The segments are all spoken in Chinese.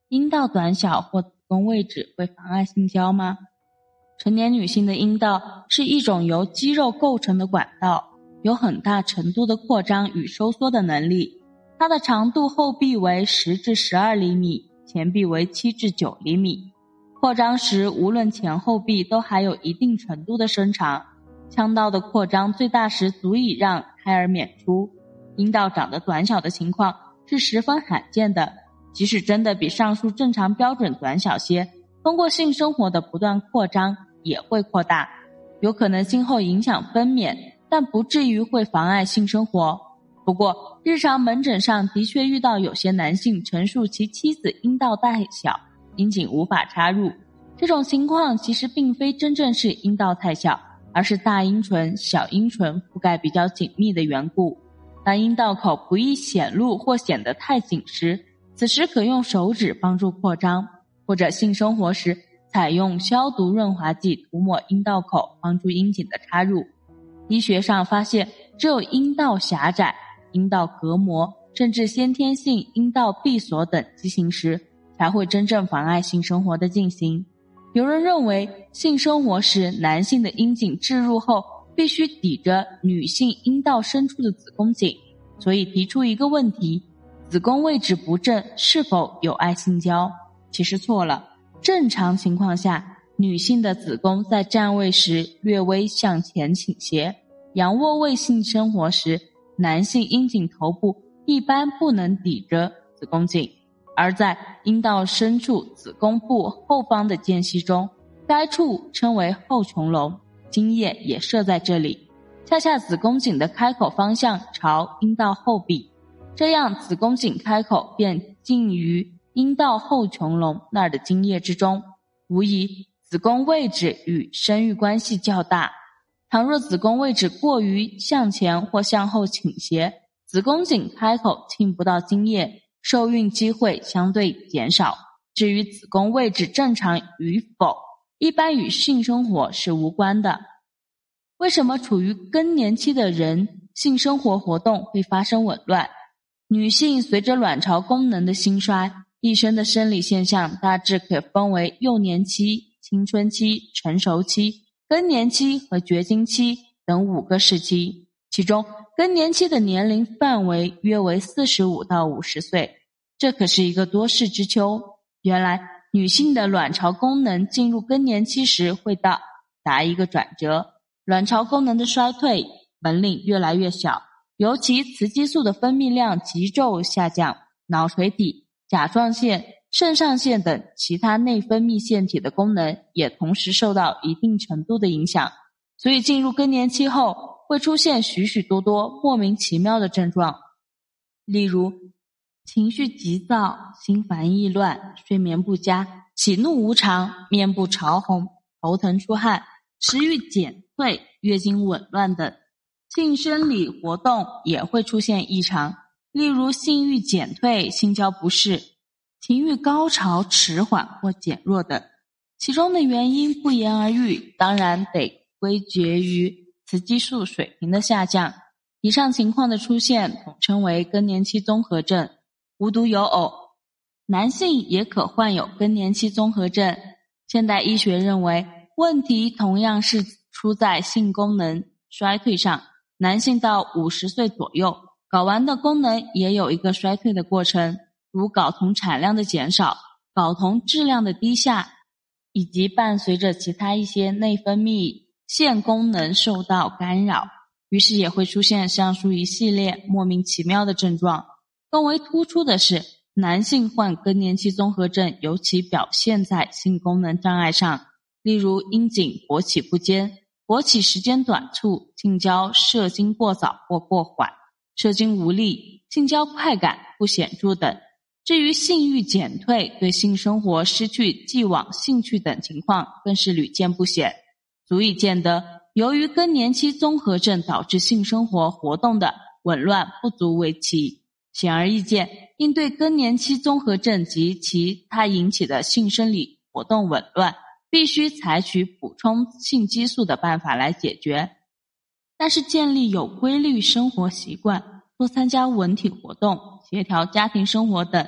阴道短小或子宫位置会妨碍性交吗？成年女性的阴道是一种由肌肉构成的管道，有很大程度的扩张与收缩的能力。它的长度后壁为10至12厘米，前壁为7至9厘米。扩张时，无论前后壁都还有一定程度的伸长。腔道的扩张最大时足以让胎儿娩出。阴道长得短小的情况是十分罕见的，即使真的比上述正常标准短小些，通过性生活的不断扩张也会扩大，有可能今后影响分娩，但不至于会妨碍性生活。不过日常门诊上的确遇到有些男性陈述其妻子阴道太小，阴茎无法插入，这种情况其实并非真正是阴道太小，而是大阴唇、小阴唇覆盖比较紧密的缘故。当阴道口不易显露或显得太紧时，此时可用手指帮助扩张，或者性生活时采用消毒润滑剂涂抹阴道口，帮助阴茎的插入。医学上发现，只有阴道狭窄、阴道隔膜，甚至先天性阴道闭锁等畸形时，才会真正妨碍性生活的进行。有人认为，性生活时男性的阴茎置入后必须抵着女性阴道深处的子宫颈，所以提出一个问题：子宫位置不正是否有碍性交？其实错了。正常情况下，女性的子宫在站位时略微向前倾斜，仰卧位性生活时，男性阴茎头部一般不能抵着子宫颈，而在阴道深处子宫部后方的间隙中，该处称为后穹窿，精液也设在这里，恰恰子宫颈的开口方向朝阴道后壁，这样子宫颈开口便近于阴道后穹窿那儿的精液之中，无疑子宫位置与生育关系较大。倘若子宫位置过于向前或向后倾斜，子宫颈开口沁不到精液，受孕机会相对减少。至于子宫位置正常与否，一般与性生活是无关的。为什么处于更年期的人性生活活动会发生紊乱？女性随着卵巢功能的兴衰，一生的生理现象大致可分为幼年期、青春期、成熟期、更年期和绝经期等5个时期。其中更年期的年龄范围约为45到50岁，这可是一个多事之秋。原来女性的卵巢功能进入更年期时会到达一个转折，卵巢功能的衰退，本领越来越小，尤其雌激素的分泌量急骤下降，脑垂体、甲状腺、肾上腺等其他内分泌腺体的功能也同时受到一定程度的影响，所以进入更年期后会出现许许多多莫名其妙的症状，例如情绪急躁、心烦意乱、睡眠不佳、喜怒无常、面部潮红、头疼出汗、食欲减退、月经紊乱等。性生理活动也会出现异常，例如性欲减退、性交不适、情欲高潮迟缓或减弱等。其中的原因不言而喻，当然得归结于雌激素水平的下降。以上情况的出现统称为更年期综合症。无独有偶，男性也可患有更年期综合症。现代医学认为，问题同样是出在性功能衰退上。男性到50岁左右，睾丸的功能也有一个衰退的过程，如睾酮产量的减少、睾酮质量的低下，以及伴随着其他一些内分泌腺功能受到干扰，于是也会出现上述一系列莫名其妙的症状。更为突出的是，男性患更年期综合症尤其表现在性功能障碍上，例如阴茎勃起不坚、勃起时间短促、性交射精过早或过缓、射精无力、性交快感不显著等。至于性欲减退、对性生活失去既往兴趣等情况更是屡见不鲜，足以见得由于更年期综合症导致性生活活动的紊乱不足为奇。显而易见，应对更年期综合症及其它引起的性生理活动紊乱，必须采取补充性激素的办法来解决。但是建立有规律生活习惯，多参加文体活动，协调家庭生活等，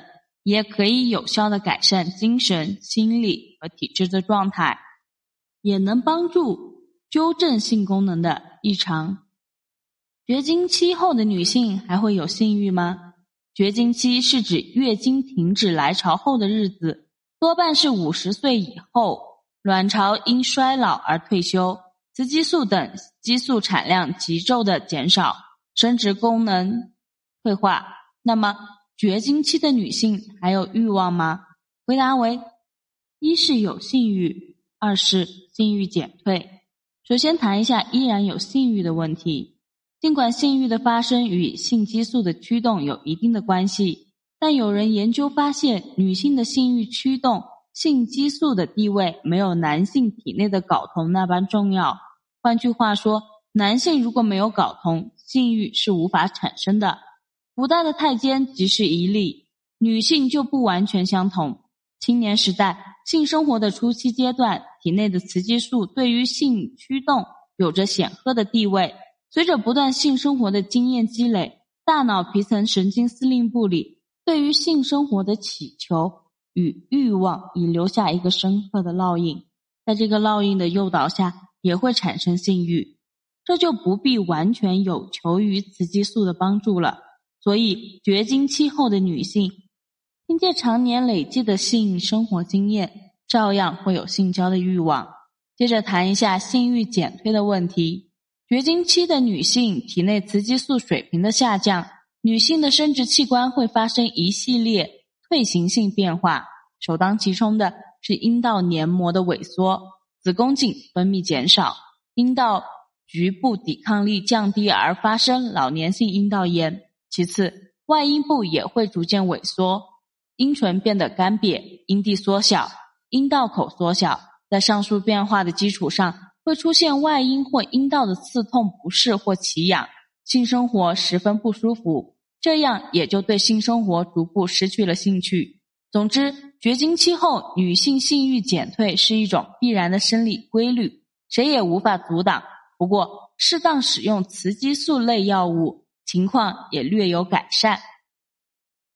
也可以有效地改善精神、心理和体质的状态，也能帮助纠正性功能的异常。绝经期后的女性还会有性欲吗？绝经期是指月经停止来潮后的日子，多半是50岁以后，卵巢因衰老而退休，雌激素等激素产量急骤的减少，生殖功能退化。那么绝经期的女性还有欲望吗？回答为：一是有性欲，二是性欲减退。首先谈一下依然有性欲的问题。尽管性欲的发生与性激素的驱动有一定的关系，但有人研究发现，女性的性欲驱动性激素的地位没有男性体内的睾酮那般重要。换句话说，男性如果没有睾酮，性欲是无法产生的。古代的太监即是一例，女性就不完全相同。青年时代，性生活的初期阶段，体内的雌激素对于性驱动有着显赫的地位。随着不断性生活的经验积累，大脑皮层神经司令部里对于性生活的祈求与欲望已留下一个深刻的烙印，在这个烙印的诱导下也会产生性欲，这就不必完全有求于雌激素的帮助了。所以绝经期后的女性凭借常年累积的性生活经验，照样会有性交的欲望。接着谈一下性欲减退的问题。绝经期的女性体内雌激素水平的下降，女性的生殖器官会发生一系列退行性变化，首当其冲的是阴道黏膜的萎缩，子宫颈分泌减少，阴道局部抵抗力降低而发生老年性阴道炎。其次，外阴部也会逐渐萎缩，阴唇变得干瘪，阴蒂缩小，阴道口缩小。在上述变化的基础上，会出现外阴或阴道的刺痛、不适或奇痒，性生活十分不舒服，这样也就对性生活逐步失去了兴趣。总之，绝经期后女性性欲减退是一种必然的生理规律，谁也无法阻挡。不过，适当使用雌激素类药物，情况也略有改善。